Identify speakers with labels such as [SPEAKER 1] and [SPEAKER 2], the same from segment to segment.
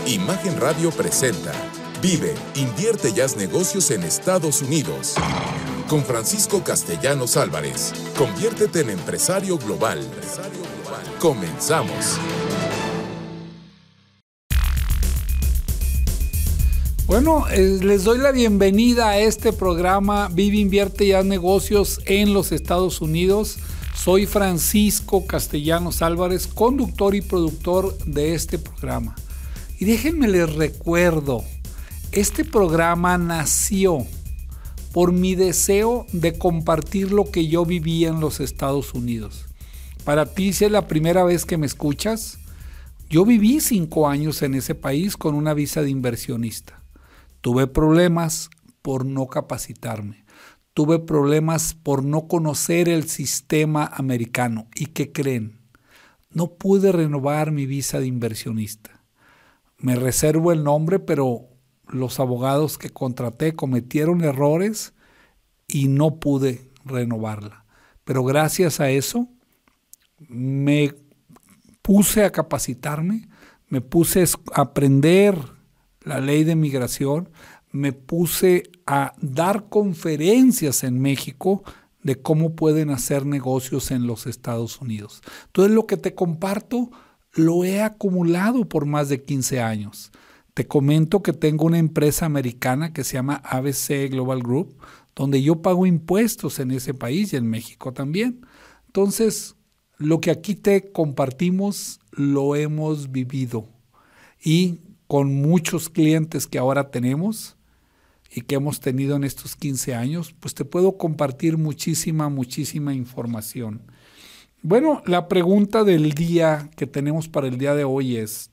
[SPEAKER 1] Imagen Radio presenta Vive, invierte y haz negocios en Estados Unidos. Con Francisco Castellanos Álvarez. Conviértete en empresario global. Comenzamos.
[SPEAKER 2] Bueno, les doy la bienvenida a este programa Vive, invierte y haz negocios en los Estados Unidos. Soy Francisco Castellanos Álvarez, conductor y productor de este programa. Y déjenme les recuerdo, este programa nació por mi deseo de compartir lo que yo viví en los Estados Unidos. Para ti, si es la primera vez que me escuchas, yo viví 5 años en ese país con una visa de inversionista. Tuve problemas por no capacitarme. Tuve problemas por no conocer el sistema americano. ¿Y qué creen? No pude renovar mi visa de inversionista. Me reservo el nombre, pero los abogados que contraté cometieron errores y no pude renovarla. Pero gracias a eso me puse a capacitarme, me puse a aprender la ley de migración, me puse a dar conferencias en México de cómo pueden hacer negocios en los Estados Unidos. Entonces, lo que te comparto lo he acumulado por más de 15 años. Te comento que tengo una empresa americana que se llama ABC Global Group, donde yo pago impuestos en ese país y en México también. Entonces, lo que aquí te compartimos lo hemos vivido. Y con muchos clientes que ahora tenemos y que hemos tenido en estos 15 años, pues te puedo compartir muchísima información. Bueno, la pregunta del día que tenemos para el día de hoy es: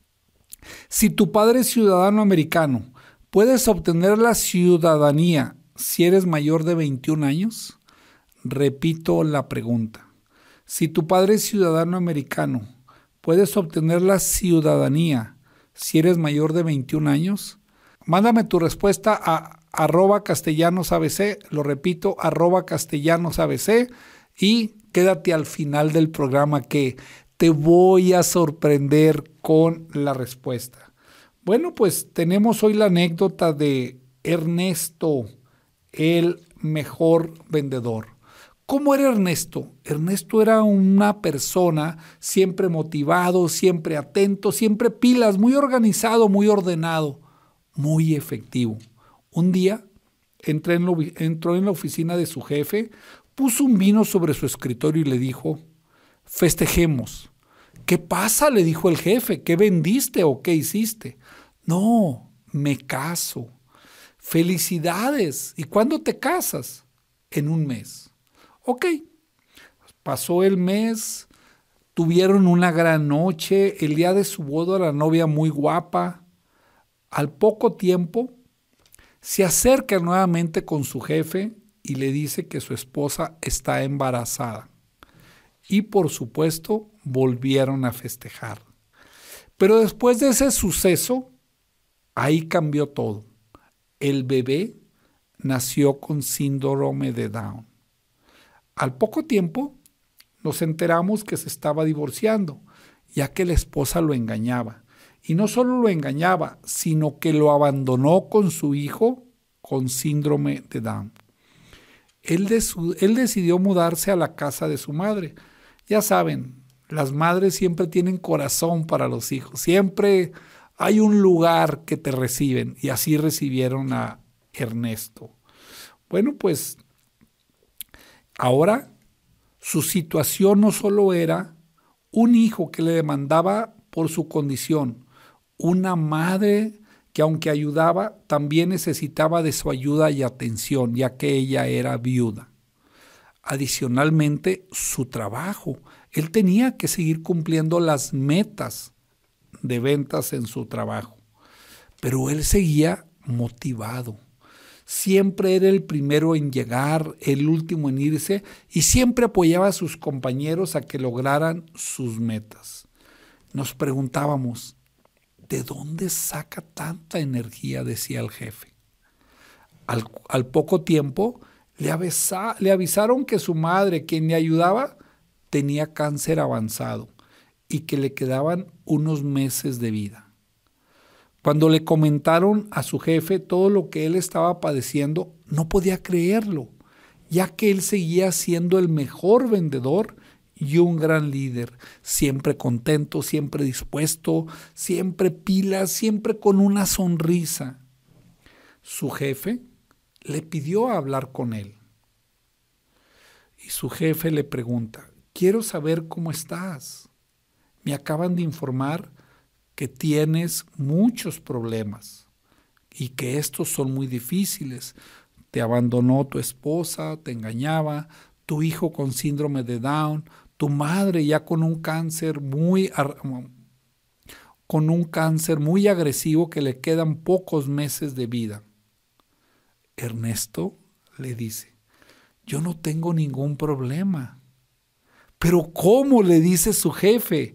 [SPEAKER 2] si tu padre es ciudadano americano, ¿puedes obtener la ciudadanía si eres mayor de 21 años? Repito la pregunta. Si tu padre es ciudadano americano, ¿puedes obtener la ciudadanía si eres mayor de 21 años? Mándame tu respuesta a @castellanosabc, lo repito, @castellanosabc, y quédate al final del programa que te voy a sorprender con la respuesta. Bueno, pues tenemos hoy la anécdota de Ernesto, el mejor vendedor. ¿Cómo era Ernesto? Ernesto era una persona siempre motivado, siempre atento, siempre pilas, muy organizado, muy ordenado, muy efectivo. Un día entró en la oficina de su jefe, puso un vino sobre su escritorio y le dijo: festejemos. ¿Qué pasa?, le dijo el jefe. ¿Qué vendiste o qué hiciste? No, me caso. Felicidades. ¿Y cuándo te casas? En un mes. Ok. Pasó el mes, tuvieron una gran noche, el día de su boda la novia muy guapa. Al poco tiempo se acerca nuevamente con su jefe y le dice que su esposa está embarazada. Y por supuesto volvieron a festejar. Pero después de ese suceso, ahí cambió todo. El bebé nació con síndrome de Down. Al poco tiempo nos enteramos que se estaba divorciando, ya que la esposa lo engañaba. Y no solo lo engañaba, sino que lo abandonó con su hijo con síndrome de Down. Él decidió mudarse a la casa de su madre. Ya saben, las madres siempre tienen corazón para los hijos. Siempre hay un lugar que te reciben, y así recibieron a Ernesto. Bueno, pues ahora su situación no solo era un hijo que le demandaba por su condición, una madre que, aunque ayudaba, también necesitaba de su ayuda y atención, ya que ella era viuda. Adicionalmente, su trabajo. Él tenía que seguir cumpliendo las metas de ventas en su trabajo. Pero él seguía motivado. Siempre era el primero en llegar, el último en irse, y siempre apoyaba a sus compañeros a que lograran sus metas. Nos preguntábamos: ¿de dónde saca tanta energía?, decía el jefe. Al poco tiempo le avisaron que su madre, quien le ayudaba, tenía cáncer avanzado y que le quedaban unos meses de vida. Cuando le comentaron a su jefe todo lo que él estaba padeciendo, no podía creerlo, ya que él seguía siendo el mejor vendedor y un gran líder, siempre contento, siempre dispuesto, siempre pilas, siempre con una sonrisa. Su jefe le pidió hablar con él. Y su jefe le pregunta: quiero saber cómo estás. Me acaban de informar que tienes muchos problemas y que estos son muy difíciles. Te abandonó tu esposa, te engañaba, tu hijo con síndrome de Down, tu madre ya con un cáncer muy agresivo que le quedan pocos meses de vida. Ernesto le dice: yo no tengo ningún problema. ¿Pero cómo?, le dice su jefe.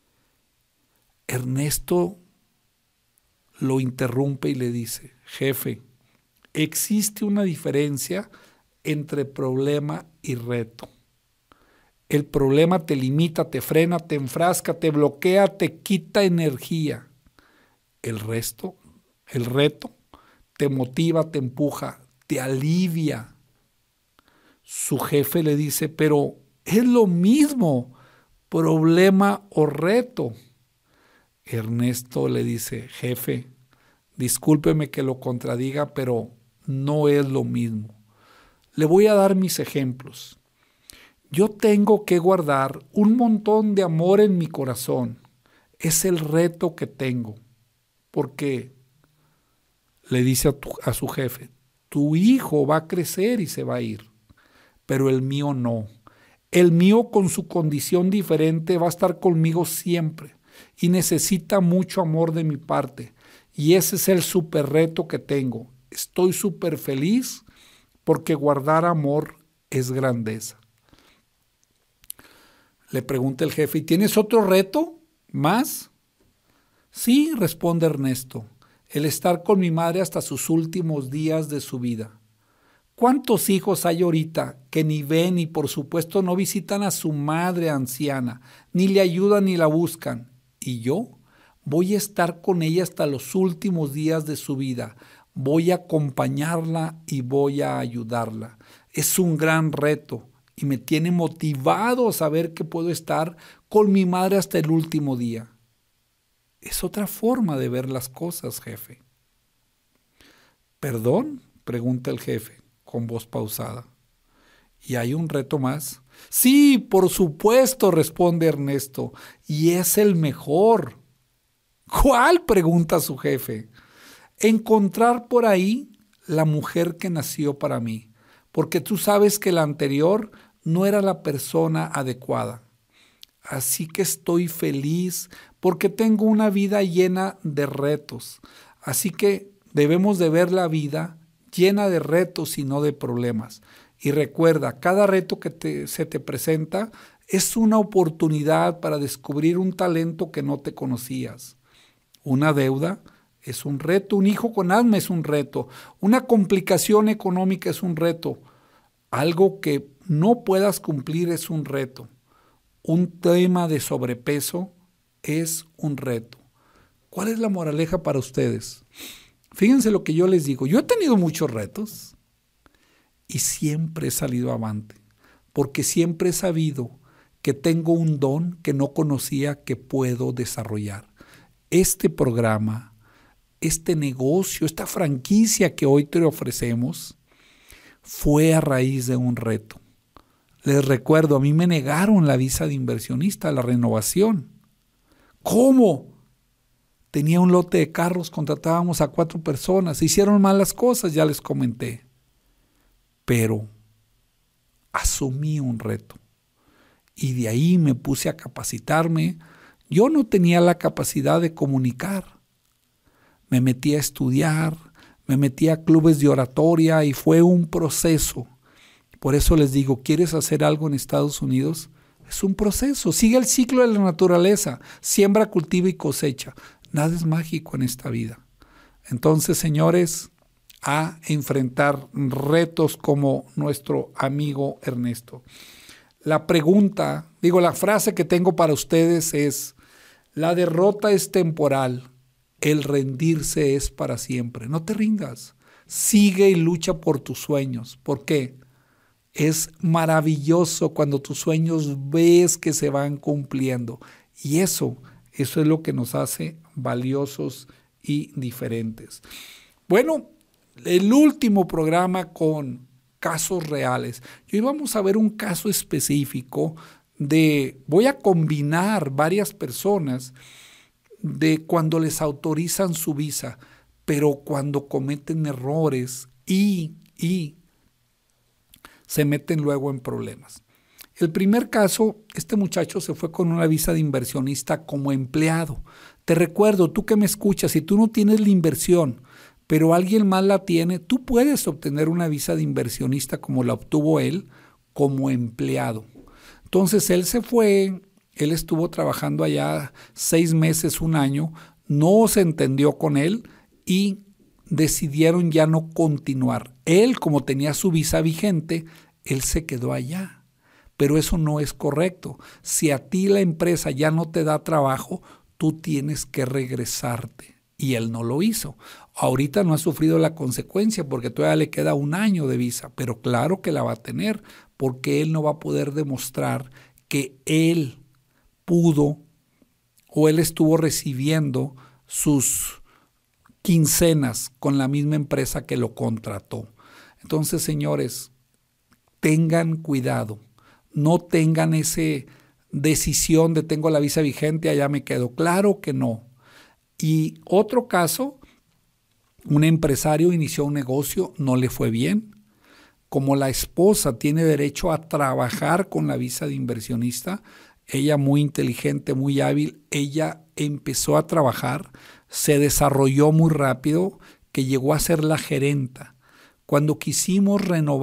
[SPEAKER 2] Ernesto lo interrumpe y le dice: jefe, existe una diferencia entre problema y reto. El problema te limita, te frena, te enfrasca, te bloquea, te quita energía. El reto te motiva, te empuja, te alivia. Su jefe le dice: pero es lo mismo, problema o reto. Ernesto le dice: jefe, discúlpeme que lo contradiga, pero no es lo mismo. Le voy a dar mis ejemplos. Yo tengo que guardar un montón de amor en mi corazón. Es el reto que tengo. Porque le dice a su jefe: tu hijo va a crecer y se va a ir, pero el mío no. El mío, con su condición diferente, va a estar conmigo siempre y necesita mucho amor de mi parte. Y ese es el súper reto que tengo. Estoy súper feliz porque guardar amor es grandeza. Le pregunta el jefe: ¿y tienes otro reto más? Sí, responde Ernesto, el estar con mi madre hasta sus últimos días de su vida. ¿Cuántos hijos hay ahorita que ni ven y por supuesto no visitan a su madre anciana, ni le ayudan ni la buscan? Y yo voy a estar con ella hasta los últimos días de su vida. Voy a acompañarla y voy a ayudarla. Es un gran reto y me tiene motivado a saber que puedo estar con mi madre hasta el último día. Es otra forma de ver las cosas, jefe. ¿Perdón?, pregunta el jefe con voz pausada. ¿Y hay un reto más? Sí, por supuesto, responde Ernesto, y es el mejor. ¿Cuál?, pregunta su jefe. Encontrar por ahí la mujer que nació para mí, porque tú sabes que la anterior no era la persona adecuada. Así que estoy feliz porque tengo una vida llena de retos. Así que debemos de ver la vida llena de retos y no de problemas. Y recuerda, cada reto que se te presenta es una oportunidad para descubrir un talento que no te conocías. Una deuda es un reto, un hijo con asma es un reto, una complicación económica es un reto, algo que no puedas cumplir es un reto, un tema de sobrepeso es un reto. ¿Cuál es la moraleja para ustedes? Fíjense lo que yo les digo, yo he tenido muchos retos y siempre he salido avante, porque siempre he sabido que tengo un don que no conocía que puedo desarrollar. Este programa, este negocio, esta franquicia que hoy te ofrecemos, fue a raíz de un reto. Les recuerdo, a mí me negaron la visa de inversionista, la renovación. ¿Cómo? Tenía un lote de carros, contratábamos a 4 personas, se hicieron malas cosas, ya les comenté. Pero asumí un reto y de ahí me puse a capacitarme. Yo no tenía la capacidad de comunicar. Me metí a estudiar, me metí a clubes de oratoria y fue un proceso. Por eso les digo, ¿quieres hacer algo en Estados Unidos? Es un proceso. Sigue el ciclo de la naturaleza. Siembra, cultiva y cosecha. Nada es mágico en esta vida. Entonces, señores, a enfrentar retos como nuestro amigo Ernesto. La frase que tengo para ustedes es: la derrota es temporal, el rendirse es para siempre. No te rindas. Sigue y lucha por tus sueños. ¿Por qué? Es maravilloso cuando tus sueños ves que se van cumpliendo. Y eso es lo que nos hace valiosos y diferentes. Bueno, el último programa con casos reales. Y hoy vamos a ver un caso específico voy a combinar varias personas de cuando les autorizan su visa, pero cuando cometen errores y se meten luego en problemas. El primer caso, este muchacho se fue con una visa de inversionista como empleado. Te recuerdo, tú que me escuchas, si tú no tienes la inversión, pero alguien más la tiene, tú puedes obtener una visa de inversionista como la obtuvo él, como empleado. Entonces él se fue, él estuvo trabajando allá 6 meses, 1 año, no se entendió con él y decidieron ya no continuar. Él, como tenía su visa vigente, él se quedó allá. Pero eso no es correcto. Si a ti la empresa ya no te da trabajo, tú tienes que regresarte. Y él no lo hizo. Ahorita no ha sufrido la consecuencia porque todavía le queda 1 año de visa, pero claro que la va a tener porque él no va a poder demostrar que él pudo o él estuvo recibiendo sus quincenas con la misma empresa que lo contrató. Entonces, señores, tengan cuidado. No tengan esa decisión de tengo la visa vigente, allá me quedo. Claro que no. Y otro caso, un empresario inició un negocio, no le fue bien. Como la esposa tiene derecho a trabajar con la visa de inversionista, ella muy inteligente, muy hábil, ella empezó a trabajar, se desarrolló muy rápido, que llegó a ser la gerenta. Cuando quisimos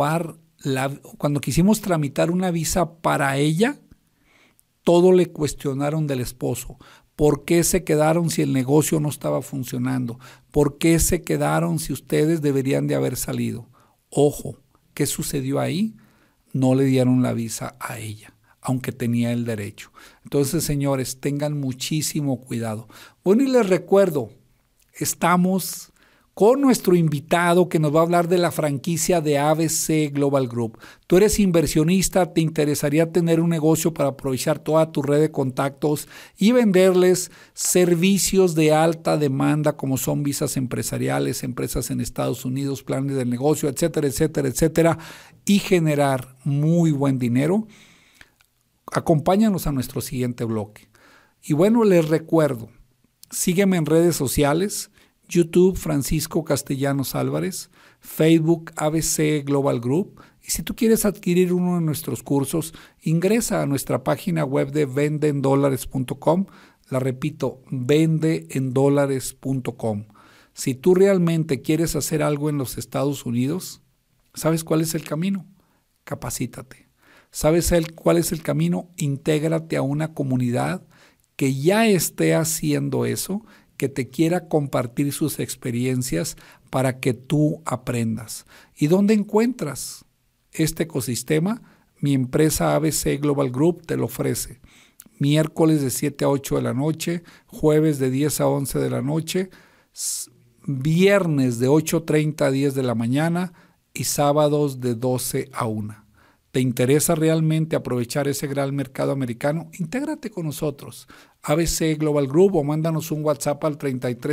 [SPEAKER 2] cuando quisimos tramitar una visa para ella, todo le cuestionaron del esposo. ¿Por qué se quedaron si el negocio no estaba funcionando? ¿Por qué se quedaron si ustedes deberían de haber salido? Ojo, ¿qué sucedió ahí? No le dieron la visa a ella, aunque tenía el derecho. Entonces, señores, tengan muchísimo cuidado. Bueno, y les recuerdo, estamos con nuestro invitado que nos va a hablar de la franquicia de ABC Global Group. Tú eres inversionista, te interesaría tener un negocio para aprovechar toda tu red de contactos y venderles servicios de alta demanda como son visas empresariales, empresas en Estados Unidos, planes de negocio, etcétera, etcétera, etcétera, y generar muy buen dinero. Acompáñanos a nuestro siguiente bloque. Y bueno, les recuerdo, sígueme en redes sociales, YouTube Francisco Castellanos Álvarez, Facebook ABC Global Group. Y si tú quieres adquirir uno de nuestros cursos, ingresa a nuestra página web de vendeendolares.com. La repito, vendeendolares.com. Si tú realmente quieres hacer algo en los Estados Unidos, ¿sabes cuál es el camino? Capacítate. ¿Sabes cuál es el camino? Intégrate a una comunidad que ya esté haciendo eso, que te quiera compartir sus experiencias para que tú aprendas. ¿Y dónde encuentras este ecosistema? Mi empresa ABC Global Group te lo ofrece. Miércoles de 7 a 8 de la noche, jueves de 10 a 11 de la noche, viernes de 8:30 a 10 de la mañana y sábados de 12 a 1. ¿Te interesa realmente aprovechar ese gran mercado americano? Intégrate con nosotros. ABC Global Group o mándanos un WhatsApp al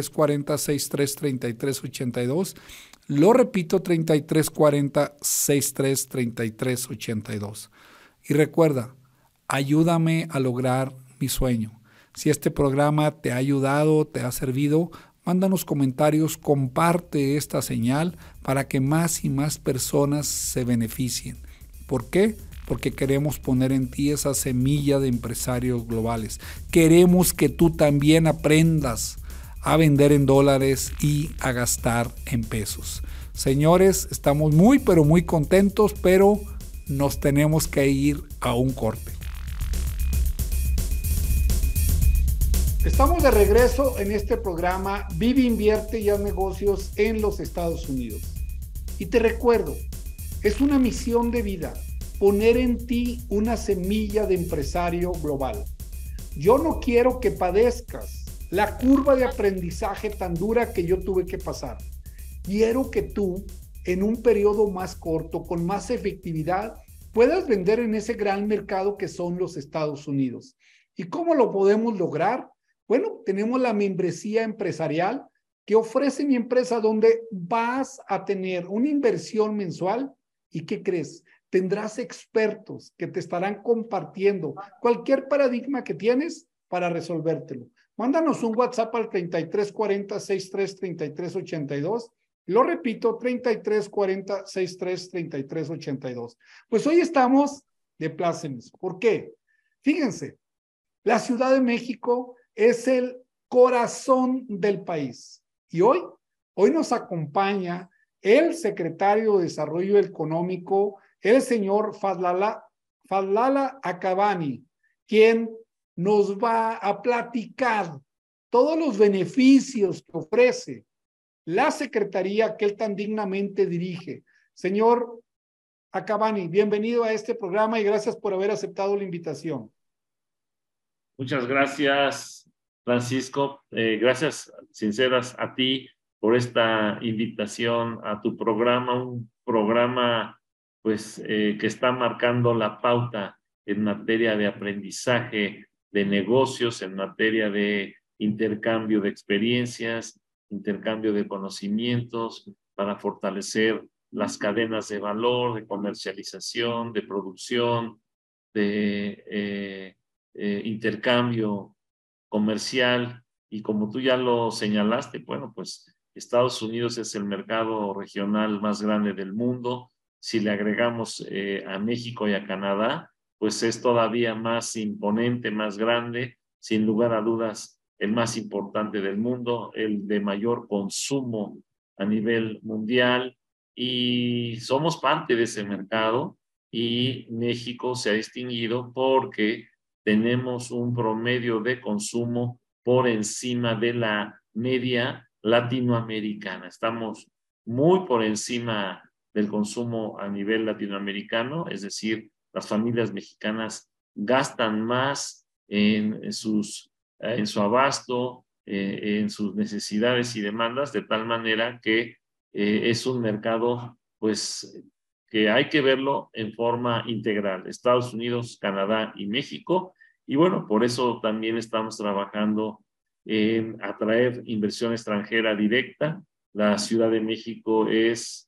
[SPEAKER 2] 3340-633382. Lo repito, 3340-633382. Y recuerda, ayúdame a lograr mi sueño. Si este programa te ha ayudado, te ha servido, mándanos comentarios, comparte esta señal para que más y más personas se beneficien. ¿Por qué? Porque queremos poner en ti esa semilla de empresarios globales. Queremos que tú también aprendas a vender en dólares y a gastar en pesos. Señores, estamos muy, pero muy contentos, pero nos tenemos que ir a un corte. Estamos de regreso en este programa Vive, Invierte y Haz Negocios en los Estados Unidos. Y te recuerdo, es una misión de vida, poner en ti una semilla de empresario global. Yo no quiero que padezcas la curva de aprendizaje tan dura que yo tuve que pasar. Quiero que tú, en un periodo más corto, con más efectividad, puedas vender en ese gran mercado que son los Estados Unidos. ¿Y cómo lo podemos lograr? Bueno, tenemos la membresía empresarial que ofrece mi empresa, donde vas a tener una inversión mensual. ¿Y qué crees? Tendrás expertos que te estarán compartiendo cualquier paradigma que tienes para resolvértelo. Mándanos un WhatsApp al 3340-633382. Lo repito, 3340-633382. Pues hoy estamos de plácemes. ¿Por qué? Fíjense, la Ciudad de México es el corazón del país. Y hoy nos acompaña el secretario de Desarrollo Económico, el señor Fadlallah Akabani, quien nos va a platicar todos los beneficios que ofrece la secretaría que él tan dignamente dirige. Señor Akabani, bienvenido a este programa y gracias por haber aceptado la invitación.
[SPEAKER 3] Muchas gracias, Francisco. Gracias sinceras a ti por esta invitación a tu programa, un programa pues que está marcando la pauta en materia de aprendizaje de negocios, en materia de intercambio de experiencias, intercambio de conocimientos para fortalecer las cadenas de valor, de comercialización, de producción, de intercambio comercial. Y como tú ya lo señalaste, bueno, pues Estados Unidos es el mercado regional más grande del mundo. Si le agregamos a México y a Canadá, pues es todavía más imponente, más grande, sin lugar a dudas, el más importante del mundo, el de mayor consumo a nivel mundial, y somos parte de ese mercado. Y México se ha distinguido porque tenemos un promedio de consumo por encima de la media latinoamericana. Estamos muy por encima del consumo a nivel latinoamericano, es decir, las familias mexicanas gastan más en su abasto, en sus necesidades y demandas, de tal manera que es un mercado pues que hay que verlo en forma integral. Estados Unidos, Canadá y México. Y bueno, por eso también estamos trabajando en atraer inversión extranjera directa. La Ciudad de México es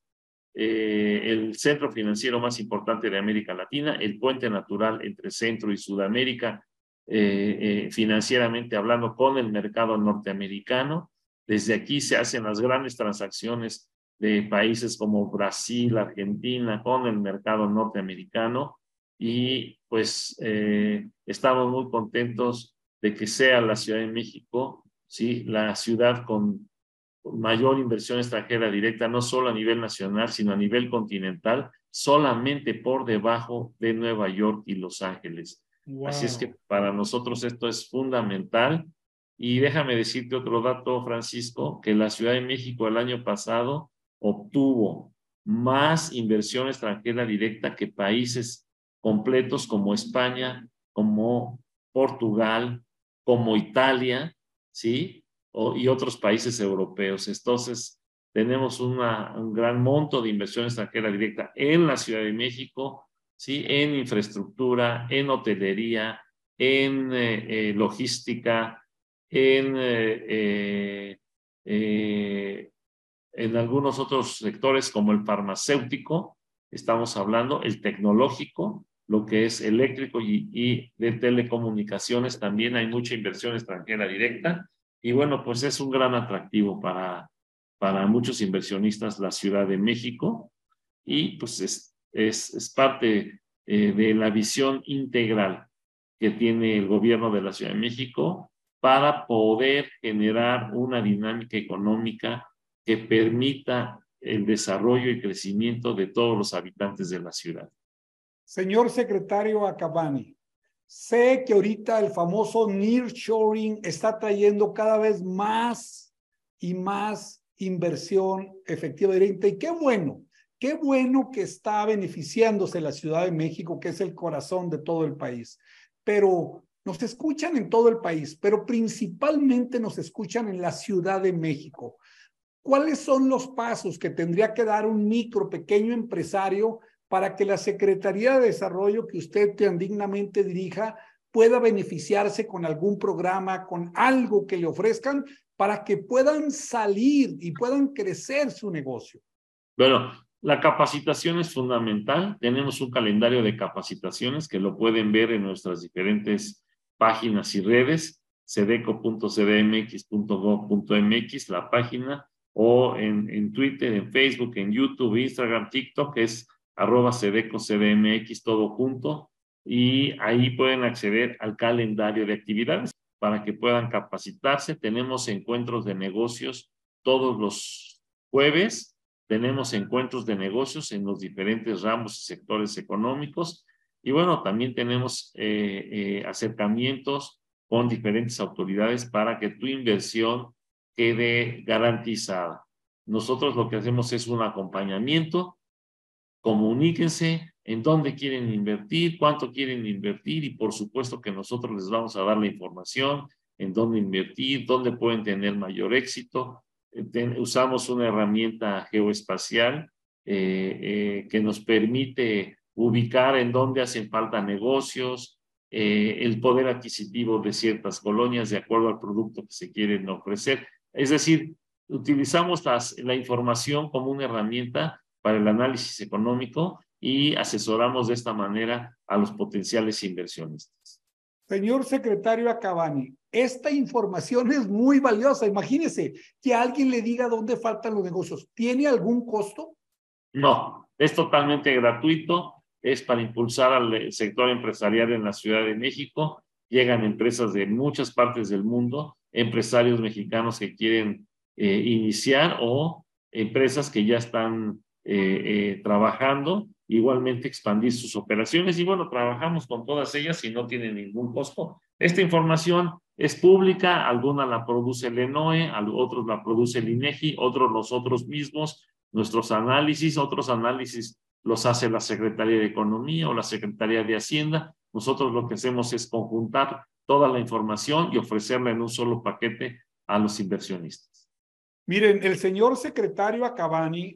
[SPEAKER 3] el centro financiero más importante de América Latina, el puente natural entre Centro y Sudamérica, financieramente hablando, con el mercado norteamericano. Desde aquí se hacen las grandes transacciones de países como Brasil, Argentina, con el mercado norteamericano. Y pues estamos muy contentos de que sea la Ciudad de México, ¿sí?, la ciudad con mayor inversión extranjera directa, no solo a nivel nacional, sino a nivel continental, solamente por debajo de Nueva York y Los Ángeles. Wow. Así es que para nosotros esto es fundamental. Y déjame decirte otro dato, Francisco, que la Ciudad de México el año pasado obtuvo más inversión extranjera directa que países completos como España, como Portugal, como Italia, ¿sí?, y otros países europeos. Entonces, tenemos un gran monto de inversión extranjera directa en la Ciudad de México, ¿sí?, en infraestructura, en hotelería, en logística, en algunos otros sectores como el farmacéutico, estamos hablando, el tecnológico, lo que es eléctrico y de telecomunicaciones, también hay mucha inversión extranjera directa. Y bueno, pues es un gran atractivo para muchos inversionistas la Ciudad de México, y pues es parte de la visión integral que tiene el gobierno de la Ciudad de México para poder generar una dinámica económica que permita el desarrollo y crecimiento de todos los habitantes de la ciudad.
[SPEAKER 2] Señor secretario Akabani, sé que ahorita el famoso nearshoring está trayendo cada vez más y más inversión efectiva directa, y qué bueno que está beneficiándose la Ciudad de México, que es el corazón de todo el país. Pero Nos escuchan en todo el país, pero principalmente nos escuchan en la Ciudad de México. ¿Cuáles son los pasos que tendría que dar un pequeño empresario para que la Secretaría de Desarrollo que usted tan dignamente dirija pueda beneficiarse con algún programa, con algo que le ofrezcan para que puedan salir y puedan crecer su negocio?
[SPEAKER 3] Bueno, la capacitación es fundamental. Tenemos un calendario de capacitaciones que lo pueden ver en nuestras diferentes páginas y redes, sedeco.cdmx.gov.mx, la página, o en Twitter, en Facebook, en YouTube, Instagram, TikTok, que es @sedecocdmx, todo junto, y ahí pueden acceder al calendario de actividades para que puedan capacitarse. Tenemos encuentros de negocios todos los jueves, tenemos encuentros de negocios en los diferentes ramos y sectores económicos, y bueno, también tenemos acercamientos con diferentes autoridades para que tu inversión quede garantizada. Nosotros lo que hacemos es un acompañamiento. Comuníquense en dónde quieren invertir, cuánto quieren invertir, y por supuesto que nosotros les vamos a dar la información en dónde invertir, dónde pueden tener mayor éxito. Usamos una herramienta geoespacial que nos permite ubicar en dónde hacen falta negocios, el poder adquisitivo de ciertas colonias de acuerdo al producto que se quieren ofrecer. Es decir, utilizamos la información como una herramienta para el análisis económico y asesoramos de esta manera a los potenciales inversionistas.
[SPEAKER 2] Señor secretario Acabani, esta información es muy valiosa. Imagínese que alguien le diga dónde faltan los negocios. ¿Tiene algún costo?
[SPEAKER 3] No, es totalmente gratuito. Es para impulsar al sector empresarial en la Ciudad de México. Llegan empresas de muchas partes del mundo, empresarios mexicanos que quieren iniciar o empresas que ya están trabajando, igualmente expandir sus operaciones, y bueno, trabajamos con todas ellas y no tienen ningún costo. Esta información es pública, alguna la produce el ENOE, otros la produce el INEGI, otros nosotros mismos, nuestros análisis, otros análisis los hace la Secretaría de Economía o la Secretaría de Hacienda. Nosotros lo que hacemos es conjuntar toda la información y ofrecerla en un solo paquete a los inversionistas.
[SPEAKER 2] Miren, el señor secretario Acabani,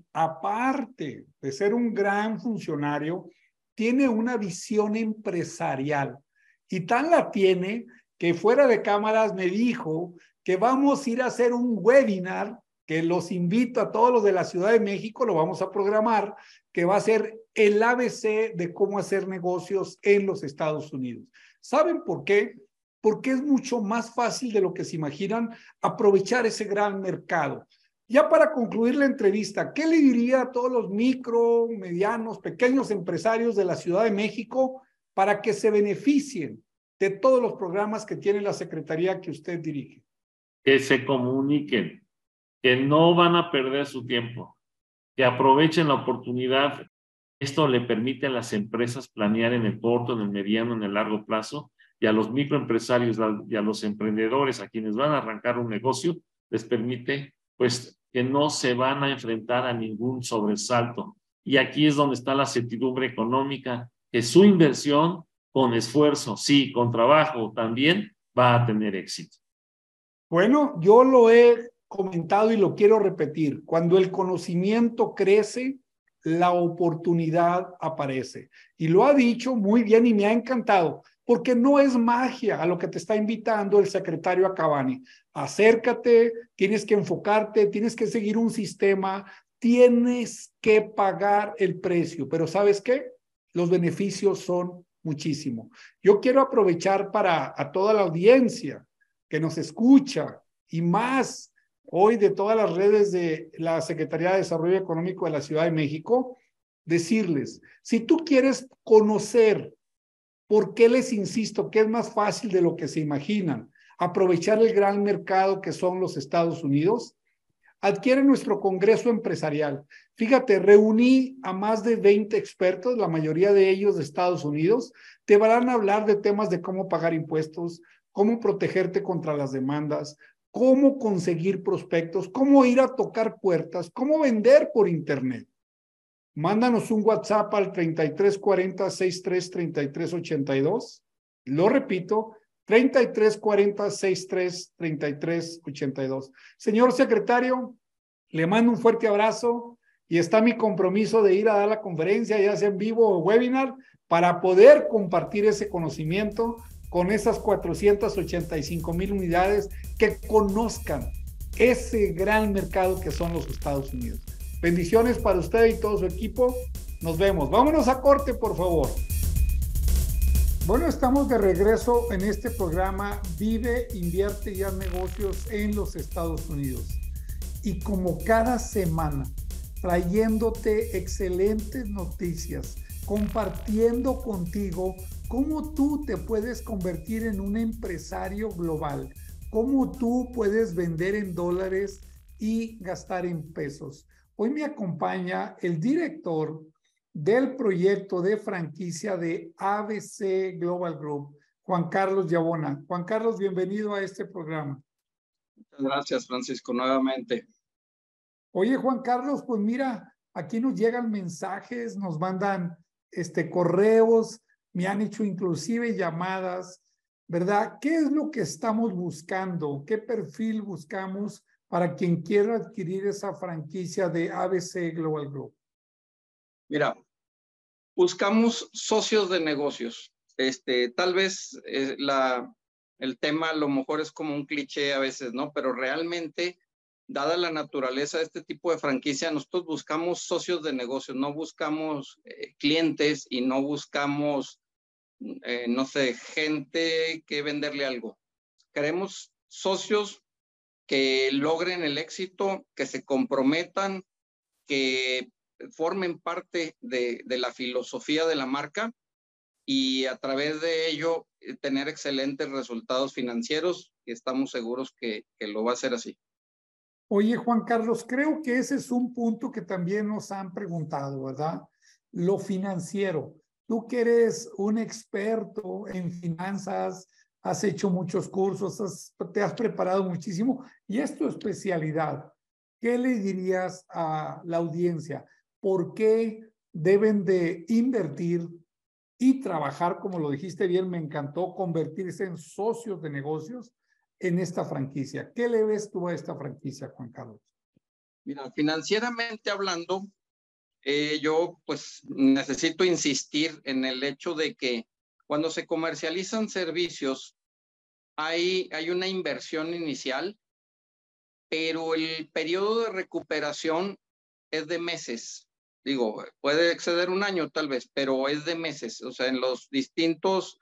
[SPEAKER 2] aparte de ser un gran funcionario, tiene una visión empresarial, y tan la tiene que fuera de cámaras me dijo que vamos a ir a hacer un webinar, que los invito a todos los de la Ciudad de México, lo vamos a programar, que va a ser el ABC de cómo hacer negocios en los Estados Unidos. ¿Saben por qué? Porque es mucho más fácil de lo que se imaginan aprovechar ese gran mercado. Ya para concluir la entrevista, ¿qué le diría a todos los micro, medianos, pequeños empresarios de la Ciudad de México para que se beneficien de todos los programas que tiene la Secretaría que usted dirige?
[SPEAKER 3] Que se comuniquen, que no van a perder su tiempo, que aprovechen la oportunidad. Esto le permite a las empresas planear en el corto, en el mediano, en el largo plazo, y a los microempresarios y a los emprendedores, a quienes van a arrancar un negocio, les permite pues que no se van a enfrentar a ningún sobresalto. Y aquí es donde está la certidumbre económica, que su inversión con esfuerzo, sí, con trabajo también, va a tener éxito.
[SPEAKER 2] Bueno, yo lo he comentado y lo quiero repetir. Cuando el conocimiento crece, la oportunidad aparece. Y lo ha dicho muy bien y me ha encantado, porque no es magia a lo que te está invitando el secretario Acabani. Acércate, tienes que enfocarte, tienes que seguir un sistema, tienes que pagar el precio, pero ¿sabes qué? Los beneficios son muchísimos. Yo quiero aprovechar para a toda la audiencia que nos escucha y más hoy de todas las redes de la Secretaría de Desarrollo Económico de la Ciudad de México, decirles, si tú quieres conocer por qué les insisto que es más fácil de lo que se imaginan aprovechar el gran mercado que son los Estados Unidos, adquiere nuestro Congreso Empresarial. Fíjate, reuní a más de 20 expertos, la mayoría de ellos de Estados Unidos, te van a hablar de temas de cómo pagar impuestos, cómo protegerte contra las demandas, cómo conseguir prospectos, cómo ir a tocar puertas, cómo vender por internet. Mándanos un WhatsApp al 3340-633382. Lo repito, 3340-6333-82. Señor secretario, le mando un fuerte abrazo y está mi compromiso de ir a dar la conferencia, ya sea en vivo o webinar, para poder compartir ese conocimiento con esas 485,000 unidades que conozcan ese gran mercado que son los Estados Unidos. Bendiciones para usted y todo su equipo. Nos vemos. Vámonos a corte, por favor. Bueno, estamos de regreso en este programa Vive, Invierte y Haz Negocios en los Estados Unidos. Y como cada semana, trayéndote excelentes noticias, compartiendo contigo cómo tú te puedes convertir en un empresario global, cómo tú puedes vender en dólares y gastar en pesos. Hoy me acompaña el director del proyecto de franquicia de ABC Global Group, Juan Carlos Yabona. Juan Carlos, bienvenido a este programa.
[SPEAKER 4] Muchas gracias, Francisco, nuevamente.
[SPEAKER 2] Oye, Juan Carlos, pues mira, aquí nos llegan mensajes, nos mandan correos, me han hecho inclusive llamadas, ¿verdad? ¿Qué es lo que estamos buscando? ¿Qué perfil buscamos para quien quiera adquirir esa franquicia de ABC Global Group?
[SPEAKER 4] Mira, buscamos socios de negocios. Tal vez el tema a lo mejor es como un cliché a veces, ¿no? Pero realmente, dada la naturaleza de este tipo de franquicia, nosotros buscamos socios de negocios, no buscamos clientes y no buscamos, no sé, gente que venderle algo. Queremos socios que logren el éxito, que se comprometan, que formen parte de la filosofía de la marca y a través de ello tener excelentes resultados financieros, y estamos seguros que lo va a hacer así.
[SPEAKER 2] Oye, Juan Carlos, creo que ese es un punto que también nos han preguntado, ¿verdad? Lo financiero. Tú que eres un experto en finanzas, has hecho muchos cursos, te has preparado muchísimo y es tu especialidad. ¿Qué le dirías a la audiencia? ¿Por qué deben de invertir y trabajar, como lo dijiste bien, me encantó, convertirse en socios de negocios en esta franquicia? ¿Qué le ves tú a esta franquicia, Juan Carlos?
[SPEAKER 4] Mira, financieramente hablando, yo pues necesito insistir en el hecho de que cuando se comercializan servicios hay una inversión inicial, pero el periodo de recuperación es de meses. Digo, puede exceder un año tal vez, pero es de meses. O sea, en los distintos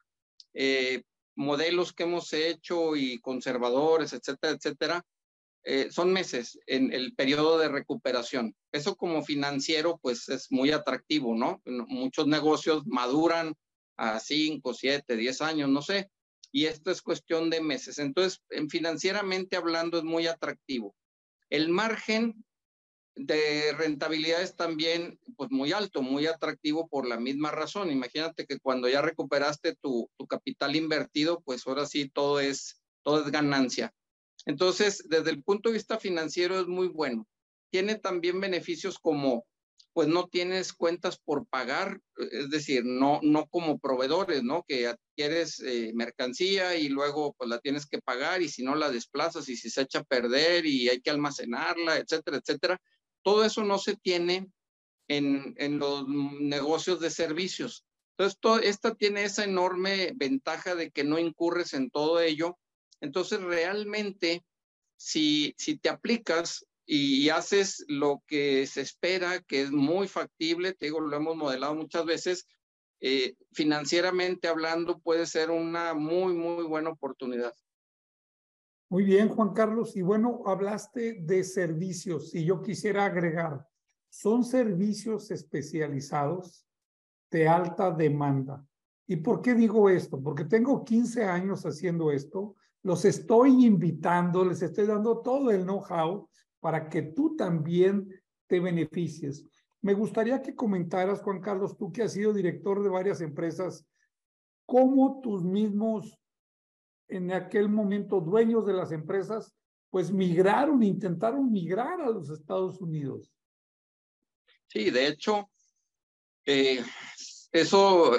[SPEAKER 4] modelos que hemos hecho y conservadores, etcétera, etcétera, son meses en el periodo de recuperación. Eso como financiero, pues es muy atractivo, ¿no? Muchos negocios maduran a 5, 7, 10 años, no sé, y esto es cuestión de meses. Entonces, financieramente hablando, es muy atractivo. El margen de rentabilidad es también pues muy alto, muy atractivo por la misma razón. Imagínate que cuando ya recuperaste tu capital invertido, pues ahora sí todo es ganancia. Entonces, desde el punto de vista financiero es muy bueno. Tiene también beneficios como, pues no tienes cuentas por pagar, es decir, no como proveedores, ¿no? Que adquieres mercancía y luego pues la tienes que pagar y si no la desplazas y si se echa a perder y hay que almacenarla, etcétera, etcétera. Todo eso no se tiene en los negocios de servicios. Entonces, esta tiene esa enorme ventaja de que no incurres en todo ello. Entonces, realmente, si te aplicas y haces lo que se espera, que es muy factible, te digo, lo hemos modelado muchas veces, financieramente hablando, puede ser una muy, muy buena oportunidad.
[SPEAKER 2] Muy bien, Juan Carlos. Y bueno, hablaste de servicios y yo quisiera agregar, son servicios especializados de alta demanda. ¿Y por qué digo esto? Porque tengo 15 años haciendo esto, los estoy invitando, les estoy dando todo el know-how para que tú también te beneficies. Me gustaría que comentaras, Juan Carlos, tú que has sido director de varias empresas, cómo tus mismos, en aquel momento, dueños de las empresas, pues intentaron migrar a los Estados Unidos.
[SPEAKER 4] Sí, de hecho, eso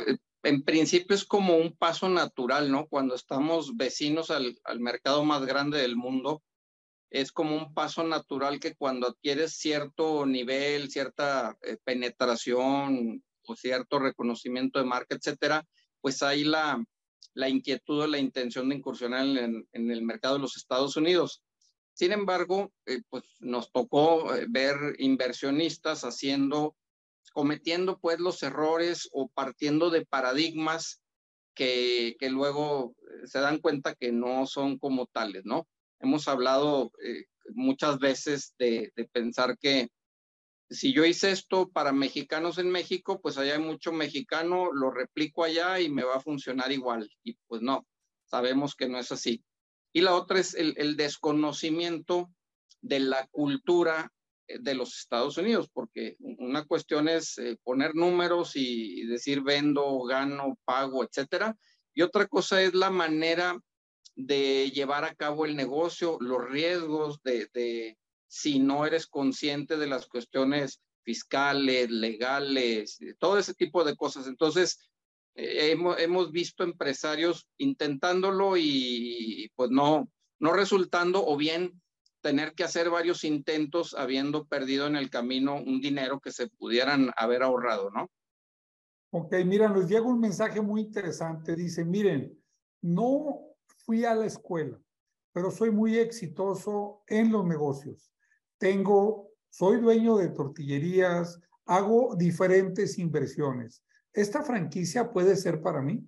[SPEAKER 4] en principio es como un paso natural, ¿no? Cuando estamos vecinos al mercado más grande del mundo, es como un paso natural que cuando adquieres cierto nivel, cierta penetración o cierto reconocimiento de marca, etcétera, pues hay la inquietud o la intención de incursionar en el mercado de los Estados Unidos. Sin embargo, pues nos tocó ver inversionistas cometiendo pues los errores o partiendo de paradigmas que luego se dan cuenta que no son como tales, ¿no? Hemos hablado muchas veces de pensar que si yo hice esto para mexicanos en México, pues allá hay mucho mexicano, lo replico allá y me va a funcionar igual. Y pues no, sabemos que no es así. Y la otra es el desconocimiento de la cultura de los Estados Unidos, porque una cuestión es poner números y decir vendo, gano, pago, etcétera. Y otra cosa es la manera de llevar a cabo el negocio, los riesgos de si no eres consciente de las cuestiones fiscales, legales, todo ese tipo de cosas. Entonces, hemos visto empresarios intentándolo y pues no resultando, o bien tener que hacer varios intentos habiendo perdido en el camino un dinero que se pudieran haber ahorrado, ¿no?
[SPEAKER 2] Ok, mira, nos llega un mensaje muy interesante. Dice, miren, no fui a la escuela, pero soy muy exitoso en los negocios. Soy dueño de tortillerías, hago diferentes inversiones. ¿Esta franquicia puede ser para mí?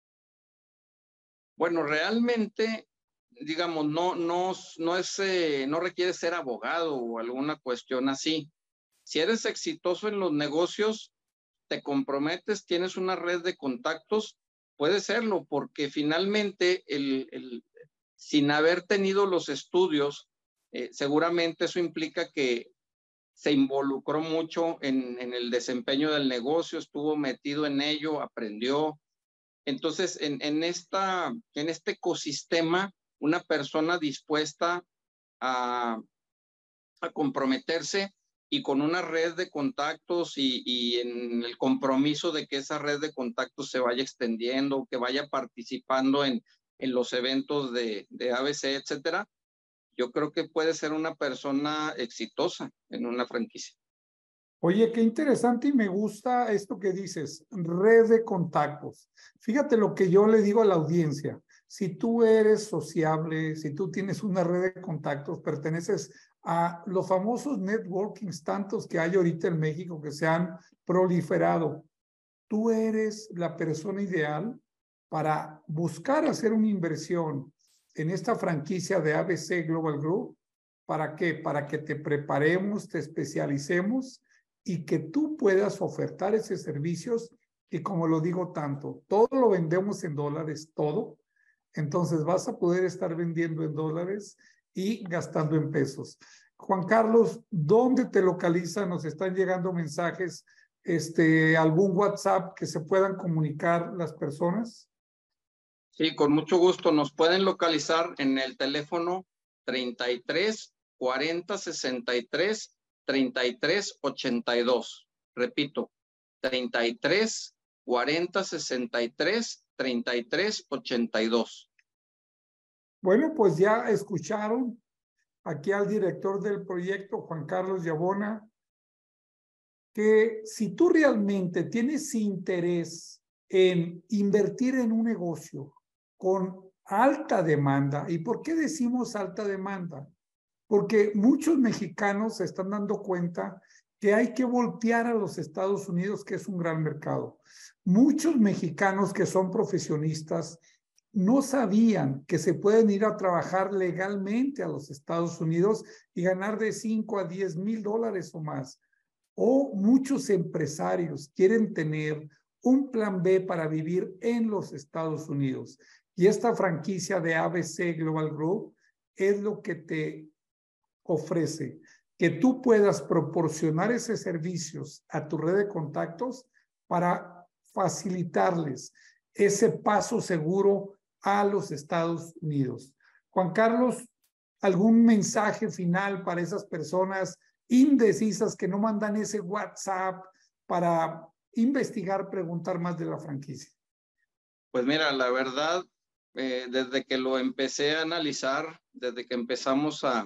[SPEAKER 4] Bueno, realmente, digamos, no requiere ser abogado o alguna cuestión así. Si eres exitoso en los negocios, te comprometes, tienes una red de contactos, puede serlo, porque finalmente sin haber tenido los estudios, seguramente eso implica que se involucró mucho en el desempeño del negocio, estuvo metido en ello, aprendió. Entonces, en este ecosistema, una persona dispuesta a comprometerse y con una red de contactos y en el compromiso de que esa red de contactos se vaya extendiendo, que vaya participando en los eventos de ABC, etcétera, yo creo que puede ser una persona exitosa en una franquicia.
[SPEAKER 2] Oye, qué interesante y me gusta esto que dices, red de contactos. Fíjate lo que yo le digo a la audiencia. Si tú eres sociable, si tú tienes una red de contactos, perteneces a los famosos networkings, tantos que hay ahorita en México que se han proliferado, tú eres la persona ideal para buscar hacer una inversión en esta franquicia de ABC Global Group. ¿Para qué? Para que te preparemos, te especialicemos y que tú puedas ofertar esos servicios. Y como lo digo tanto, todo lo vendemos en dólares, todo. Entonces vas a poder estar vendiendo en dólares y gastando en pesos. Juan Carlos, ¿dónde te localizan? Nos están llegando mensajes, algún WhatsApp que se puedan comunicar las personas.
[SPEAKER 4] Sí, con mucho gusto. Nos pueden localizar en el teléfono 33 40 63 33 82. Repito, 33 40 63 33 82.
[SPEAKER 2] Bueno, pues ya escucharon aquí al director del proyecto, Juan Carlos Yabona, que si tú realmente tienes interés en invertir en un negocio con alta demanda, ¿y por qué decimos alta demanda? Porque muchos mexicanos se están dando cuenta que hay que voltear a los Estados Unidos, que es un gran mercado. Muchos mexicanos que son profesionistas no sabían que se pueden ir a trabajar legalmente a los Estados Unidos y ganar de 5 a 10 mil dólares o más. O muchos empresarios quieren tener un plan B para vivir en los Estados Unidos. Y esta franquicia de ABC Global Group es lo que te ofrece, que tú puedas proporcionar esos servicios a tu red de contactos para facilitarles ese paso seguro a los Estados Unidos. Juan Carlos, ¿algún mensaje final para esas personas indecisas que no mandan ese WhatsApp para investigar, preguntar más de la franquicia?
[SPEAKER 4] Pues mira, la verdad, desde que lo empecé a analizar, desde que empezamos a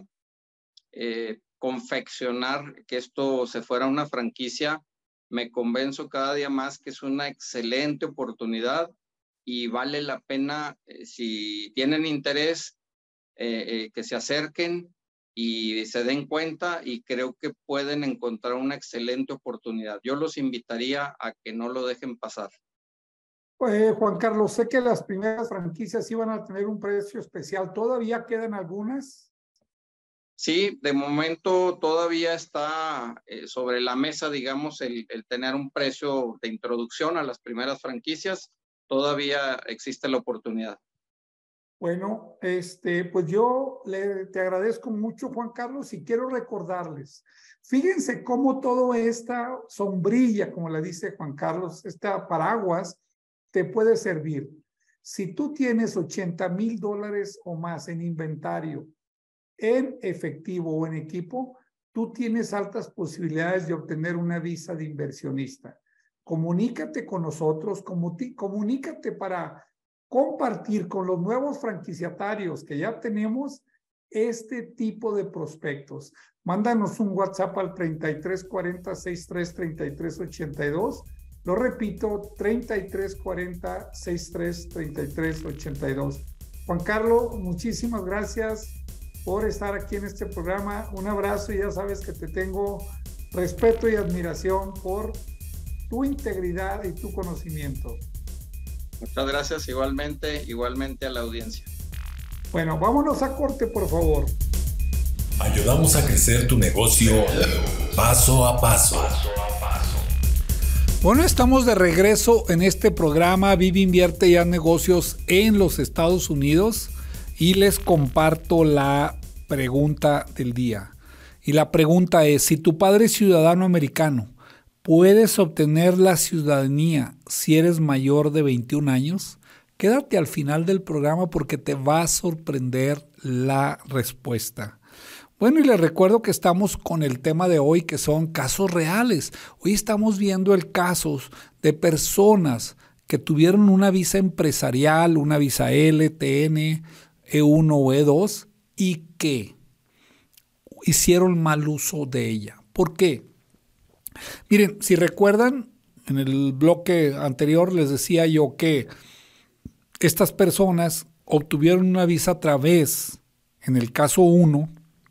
[SPEAKER 4] confeccionar que esto se fuera una franquicia, me convenzo cada día más que es una excelente oportunidad y vale la pena, si tienen interés, que se acerquen y se den cuenta, y creo que pueden encontrar una excelente oportunidad. Yo los invitaría a que no lo dejen pasar.
[SPEAKER 2] Juan Carlos, sé que las primeras franquicias iban a tener un precio especial. ¿Todavía quedan algunas?
[SPEAKER 4] Sí, de momento todavía está sobre la mesa, digamos, el tener un precio de introducción a las primeras franquicias. Todavía existe la oportunidad.
[SPEAKER 2] Bueno, pues yo te agradezco mucho, Juan Carlos, y quiero recordarles, fíjense cómo toda esta sombrilla, como le dice Juan Carlos, esta paraguas, te puede servir. Si tú tienes $80,000 o más en inventario, en efectivo o en equipo, tú tienes altas posibilidades de obtener una visa de inversionista. Comunícate con nosotros, comunícate para compartir con los nuevos franquiciatarios que ya tenemos este tipo de prospectos. Mándanos un WhatsApp al 3340-633382. Lo repito, 3340-633382. Juan Carlos, muchísimas gracias por estar aquí en este programa. Un abrazo, y ya sabes que te tengo respeto y admiración por tu integridad y tu conocimiento.
[SPEAKER 4] Muchas gracias, igualmente a la audiencia.
[SPEAKER 2] Bueno, vámonos a corte, por favor.
[SPEAKER 1] Ayudamos a crecer tu negocio paso a paso.
[SPEAKER 2] Bueno, estamos de regreso en este programa Vive, Invierte y Haz Negocios en los Estados Unidos, y les comparto la pregunta del día. Y la pregunta es: si tu padre es ciudadano americano, ¿puedes obtener la ciudadanía si eres mayor de 21 años? Quédate al final del programa porque te va a sorprender la respuesta. Bueno, y les recuerdo que estamos con el tema de hoy, que son casos reales. Hoy estamos viendo el casos de personas que tuvieron una visa empresarial, una visa L, TN, E1 o E2, y que hicieron mal uso de ella. ¿Por qué? Miren, si recuerdan, en el bloque anterior les decía yo que estas personas obtuvieron una visa a través, en el caso 1,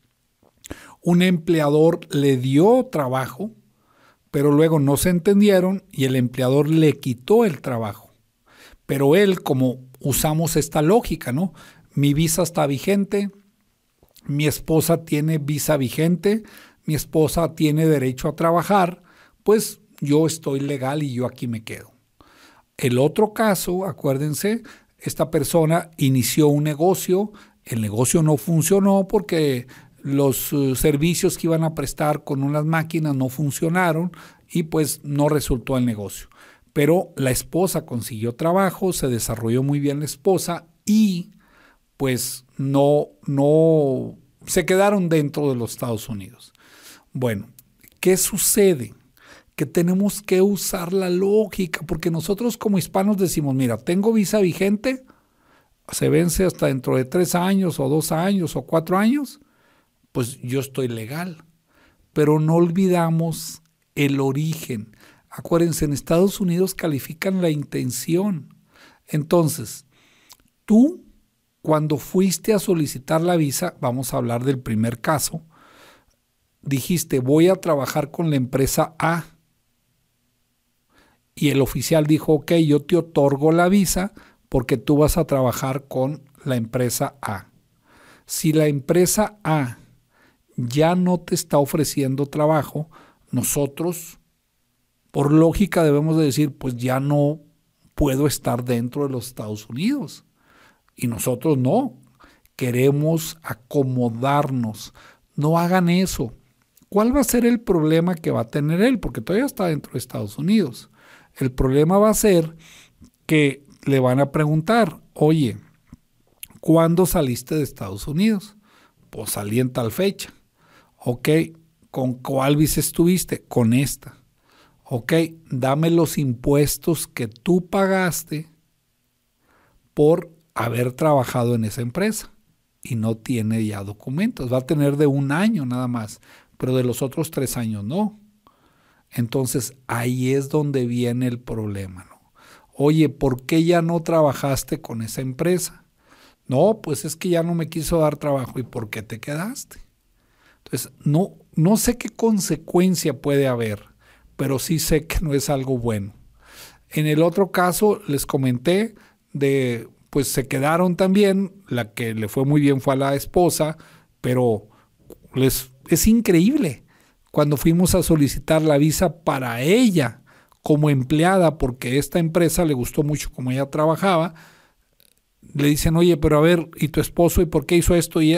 [SPEAKER 2] un empleador le dio trabajo, pero luego no se entendieron y el empleador le quitó el trabajo. Pero él, como usamos esta lógica, ¿no? Mi visa está vigente, mi esposa tiene visa vigente, mi esposa tiene derecho a trabajar, pues yo estoy legal y yo aquí me quedo. El otro caso, acuérdense, esta persona inició un negocio, el negocio no funcionó porque los servicios que iban a prestar con unas máquinas no funcionaron y pues no resultó el negocio. Pero la esposa consiguió trabajo, se desarrolló muy bien la esposa y pues no se quedaron dentro de los Estados Unidos. Bueno, ¿qué sucede? Que tenemos que usar la lógica, porque nosotros como hispanos decimos, mira, tengo visa vigente, se vence hasta dentro de 3 años o 2 años o 4 años, pues yo estoy legal. Pero no olvidamos el origen. Acuérdense, en Estados Unidos califican la intención. Entonces, tú, cuando fuiste a solicitar la visa, vamos a hablar del primer caso, dijiste, voy a trabajar con la empresa A. Y el oficial dijo, ok, yo te otorgo la visa porque tú vas a trabajar con la empresa A. Si la empresa A ya no te está ofreciendo trabajo, nosotros, por lógica, debemos de decir, pues ya no puedo estar dentro de los Estados Unidos. Y nosotros no, queremos acomodarnos. No hagan eso. ¿Cuál va a ser el problema que va a tener él? Porque todavía está dentro de Estados Unidos. El problema va a ser que le van a preguntar, oye, ¿cuándo saliste de Estados Unidos? Pues salí en tal fecha. Ok, ¿con cuál visa estuviste? Con esta. Ok, dame los impuestos que tú pagaste por haber trabajado en esa empresa y no tiene ya documentos. Va a tener de 1 año nada más, pero de los otros 3 años no. Entonces ahí es donde viene el problema, ¿no? Oye, ¿por qué ya no trabajaste con esa empresa? No, pues es que ya no me quiso dar trabajo. ¿Y por qué te quedaste? Entonces, no sé qué consecuencia puede haber, pero sí sé que no es algo bueno. En el otro caso, les comenté pues se quedaron también, la que le fue muy bien fue a la esposa, pero es increíble. Cuando fuimos a solicitar la visa para ella como empleada, porque esta empresa le gustó mucho como ella trabajaba, le dicen, oye, pero a ver, ¿y tu esposo? ¿Y por qué hizo esto? Y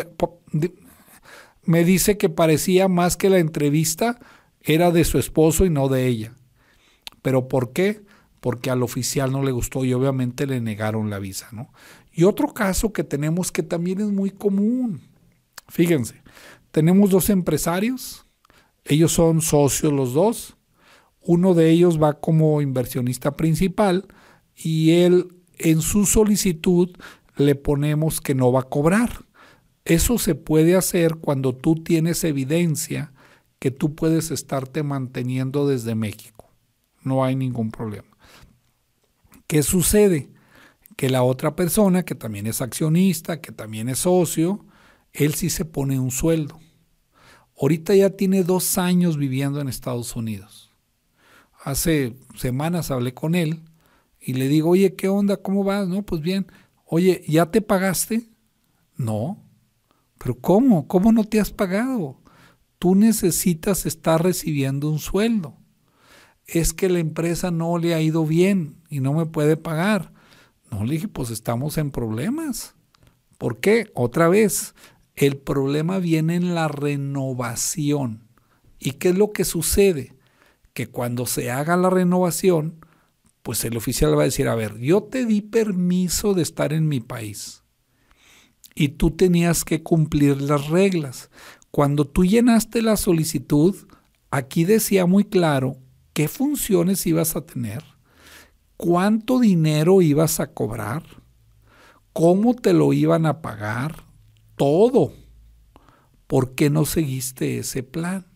[SPEAKER 2] me dice que parecía más que la entrevista era de su esposo y no de ella. ¿Pero por qué? Porque al oficial no le gustó y obviamente le negaron la visa, ¿no? Y otro caso que tenemos que también es muy común. Fíjense, tenemos 2 empresarios, ellos son socios los 2, uno de ellos va como inversionista principal y él en su solicitud le ponemos que no va a cobrar. Eso se puede hacer cuando tú tienes evidencia que tú puedes estarte manteniendo desde México. No hay ningún problema. ¿Qué sucede? Que la otra persona, que también es accionista, que también es socio, él sí se pone un sueldo. Ahorita ya tiene 2 años viviendo en Estados Unidos. Hace semanas hablé con él y le digo, oye, ¿qué onda? ¿Cómo vas? No, pues bien. Oye, ¿ya te pagaste? No. ¿Pero cómo? ¿Cómo no te has pagado? Tú necesitas estar recibiendo un sueldo. Es que la empresa no le ha ido bien y no me puede pagar. No, le dije, pues estamos en problemas. ¿Por qué? Otra vez, el problema viene en la renovación. ¿Y qué es lo que sucede? Que cuando se haga la renovación, pues el oficial va a decir, a ver, yo te di permiso de estar en mi país y tú tenías que cumplir las reglas. Cuando tú llenaste la solicitud, aquí decía muy claro qué funciones ibas a tener, cuánto dinero ibas a cobrar, cómo te lo iban a pagar, todo. ¿Por qué no seguiste ese plan?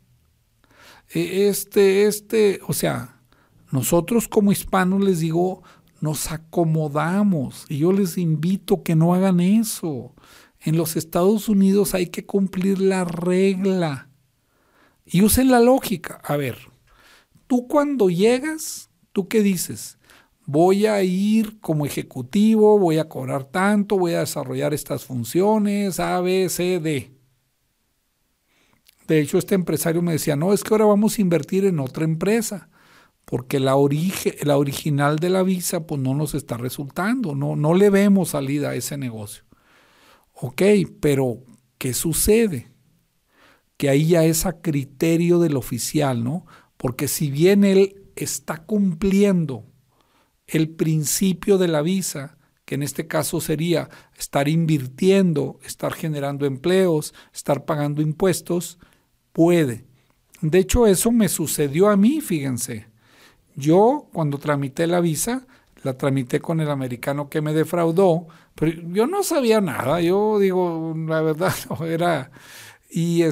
[SPEAKER 2] O sea, nosotros como hispanos les digo, nos acomodamos y yo les invito que no hagan eso. En los Estados Unidos hay que cumplir la regla y usen la lógica. A ver, tú cuando llegas, ¿tú qué dices? Voy a ir como ejecutivo, voy a cobrar tanto, voy a desarrollar estas funciones, A, B, C, D. De hecho, este empresario me decía, no, es que ahora vamos a invertir en otra empresa, porque la original de la visa pues no nos está resultando, no le vemos salida a ese negocio. Ok, pero ¿qué sucede? Que ahí ya es a criterio del oficial, ¿no? Porque si bien él está cumpliendo el principio de la visa, que en este caso sería estar invirtiendo, estar generando empleos, estar pagando impuestos, puede. De hecho, eso me sucedió a mí, fíjense. Yo, cuando tramité la visa, la tramité con el americano que me defraudó, pero yo no sabía nada, yo digo, la verdad, no era... Y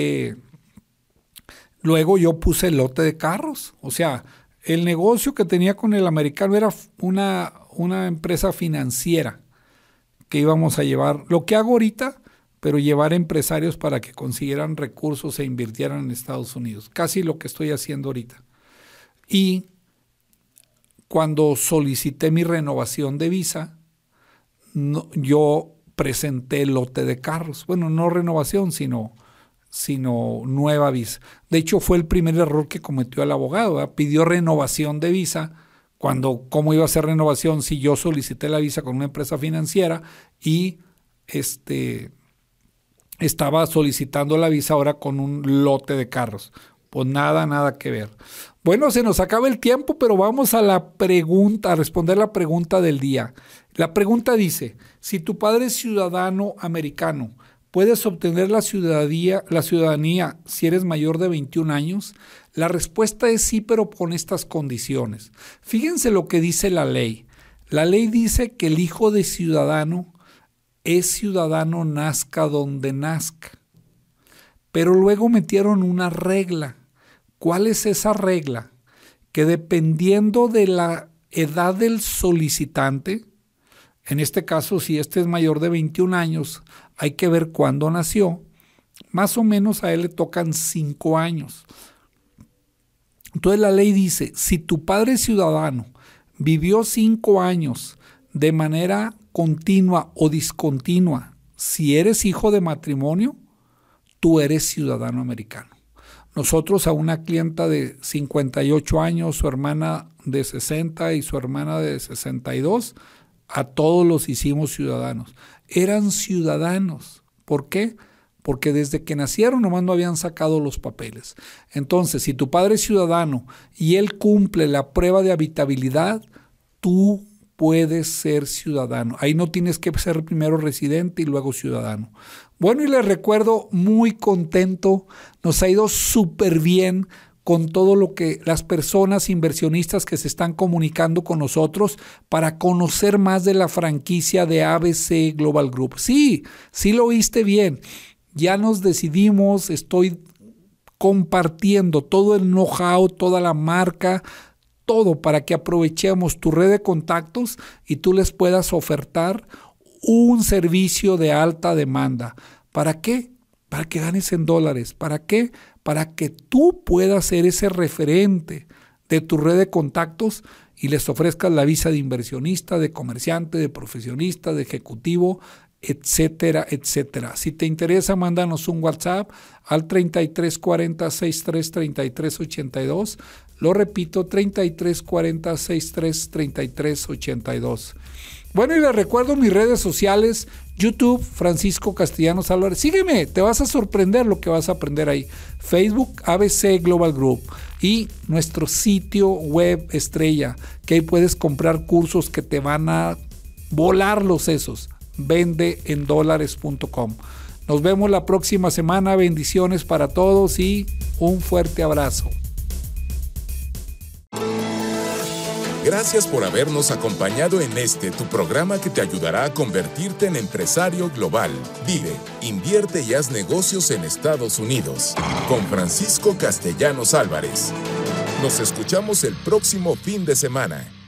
[SPEAKER 2] luego yo puse el lote de carros, o sea, el negocio que tenía con el americano era una empresa financiera que íbamos a llevar, lo que hago ahorita, pero llevar empresarios para que consiguieran recursos e invirtieran en Estados Unidos, casi lo que estoy haciendo ahorita. Y cuando solicité mi renovación de visa, yo presenté el lote de carros. Bueno, no renovación, sino nueva visa. De hecho, fue el primer error que cometió el abogado, ¿verdad? Pidió renovación de visa, cuando, ¿cómo iba a ser renovación si yo solicité la visa con una empresa financiera y estaba solicitando la visa ahora con un lote de carros? Pues nada que ver. Bueno, se nos acaba el tiempo, pero vamos a la pregunta, a responder la pregunta del día. La pregunta dice, si tu padre es ciudadano americano, ¿puedes obtener la ciudadanía si eres mayor de 21 años? La respuesta es sí, pero con estas condiciones. Fíjense lo que dice la ley. La ley dice que el hijo de ciudadano es ciudadano nazca donde nazca. Pero luego metieron una regla. ¿Cuál es esa regla? Que dependiendo de la edad del solicitante, en este caso, si este es mayor de 21 años, hay que ver cuándo nació. Más o menos a él le tocan 5 años. Entonces la ley dice, si tu padre ciudadano vivió 5 años de manera continua o discontinua, si eres hijo de matrimonio, tú eres ciudadano americano. Nosotros a una clienta de 58 años, su hermana de 60 y su hermana de 62, a todos los hicimos ciudadanos. Eran ciudadanos. ¿Por qué? Porque desde que nacieron nomás no habían sacado los papeles. Entonces, si tu padre es ciudadano y él cumple la prueba de habitabilidad, tú puedes ser ciudadano. Ahí no tienes que ser primero residente y luego ciudadano. Bueno, y les recuerdo, muy contento, nos ha ido súper bien con todo lo que las personas inversionistas que se están comunicando con nosotros para conocer más de la franquicia de ABC Global Group. Sí lo oíste bien. Ya nos decidimos, estoy compartiendo todo el know-how, toda la marca, todo para que aprovechemos tu red de contactos y tú les puedas ofertar un servicio de alta demanda. ¿Para qué? Para que ganes en dólares. ¿Para qué? Para que tú puedas ser ese referente de tu red de contactos y les ofrezcas la visa de inversionista, de comerciante, de profesionista, de ejecutivo, etcétera, etcétera. Si te interesa, mándanos un WhatsApp al 3340-633382. Lo repito, 3340-633382. Bueno, y les recuerdo mis redes sociales, YouTube, Francisco Castellanos Álvarez. Sígueme, te vas a sorprender lo que vas a aprender ahí. Facebook, ABC Global Group. Y nuestro sitio web estrella, que ahí puedes comprar cursos que te van a volar los sesos. vendeendolares.com. Nos vemos la próxima semana. Bendiciones para todos y un fuerte abrazo.
[SPEAKER 1] Gracias por habernos acompañado en tu programa que te ayudará a convertirte en empresario global. Vive, invierte y haz negocios en Estados Unidos. Con Francisco Castellanos Álvarez. Nos escuchamos el próximo fin de semana.